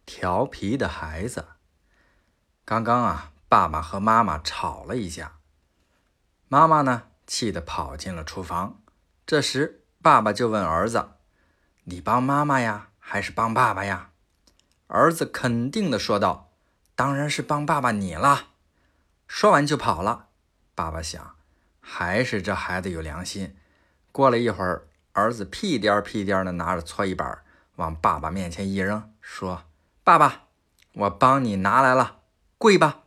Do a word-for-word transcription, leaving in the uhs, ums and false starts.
调皮的孩子。刚刚啊，爸爸和妈妈吵了一架，妈妈呢，气得跑进了厨房。这时，爸爸就问儿子：“你帮妈妈呀，还是帮爸爸呀？”儿子肯定地说道：“当然是帮爸爸你啦！”说完就跑了。爸爸想，还是这孩子有良心。过了一会儿，儿子屁颠屁颠地拿着搓衣板往爸爸面前一扔，说：“爸爸，我帮你拿来了，跪吧。”